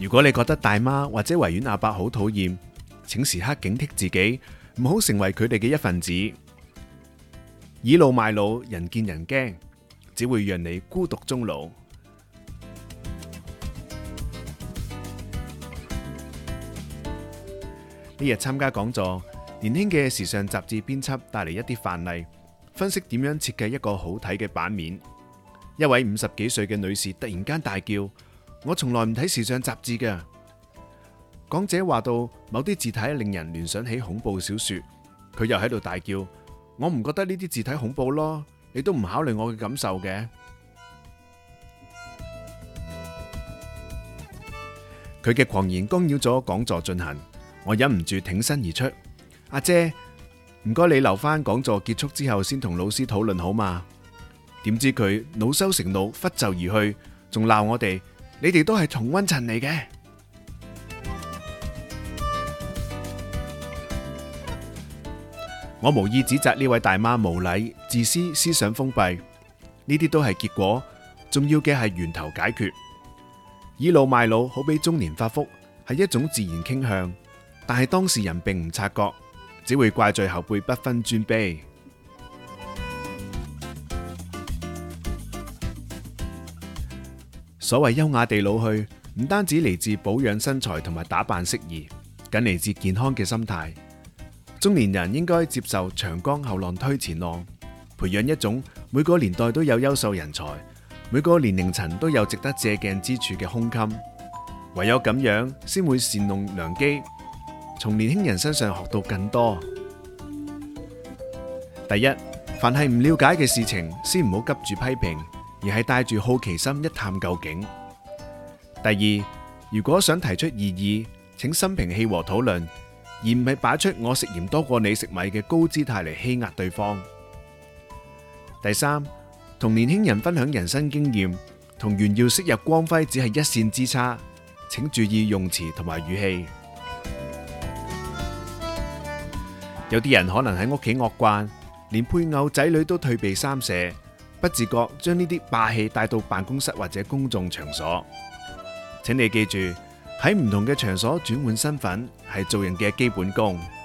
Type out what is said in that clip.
如果你覺得大媽或者維園阿伯好討厭，請時刻警惕自己，唔好成為佢哋嘅一份子。倚老賣老，人見人驚，只會讓你孤獨終老。呢日參加講座，年輕嘅時尚雜誌編輯帶嚟一啲範例，分析點樣設計一個好睇嘅版面。一位50幾歲嘅女士突然間大叫：我從來唔睇時尚雜誌㗎。講者話到某啲字體令人聯想起恐怖小說，佢又喺度大叫：我唔覺得呢啲字體恐怖咯，你都唔考慮我嘅感受嘅。佢嘅狂言干擾咗講座進行，我忍唔住挺身而出：阿姐，唔該你留返講座結束之後先同老師討論好嘛？點知佢惱羞成怒，拂袖而去，仲鬧我哋：你哋都係同溫層嚟嘅。我無意指責呢位大媽無禮、自私、思想封閉，呢啲都係結果，重要嘅係源頭解決。倚老賣老好比中年發福，係一種自然傾向，但係當事人並唔察覺，只會怪罪後輩不分尊卑。所謂優雅地老去，唔單止嚟自保養身材同埋打扮適宜，更嚟自健康嘅心態。中年人應該接受長江後浪推前浪，培養一種每個年代都有優秀人才，每個年齡層都有值得借鏡之處嘅胸襟。唯有咁樣，先會善用良機，從年輕人身上學到更多。第一，凡係唔了解嘅事情，先唔好急住批評，而係帶住好奇心一探究竟。第二，如果想提出異議，請心平氣和討論，而唔係擺出我食鹽多過你食米嘅高姿態嚟欺壓對方。第三，同年輕人分享人生經驗，同炫耀昔日光輝只係一線之差，請注意用詞同埋語氣。有啲人可能喺屋企惡慣，連配偶仔女都退避三舍，不自覺將呢啲霸氣帶到辦公室或者公眾場所。請你記住，喺唔同嘅場所轉換身份係做人嘅基本功。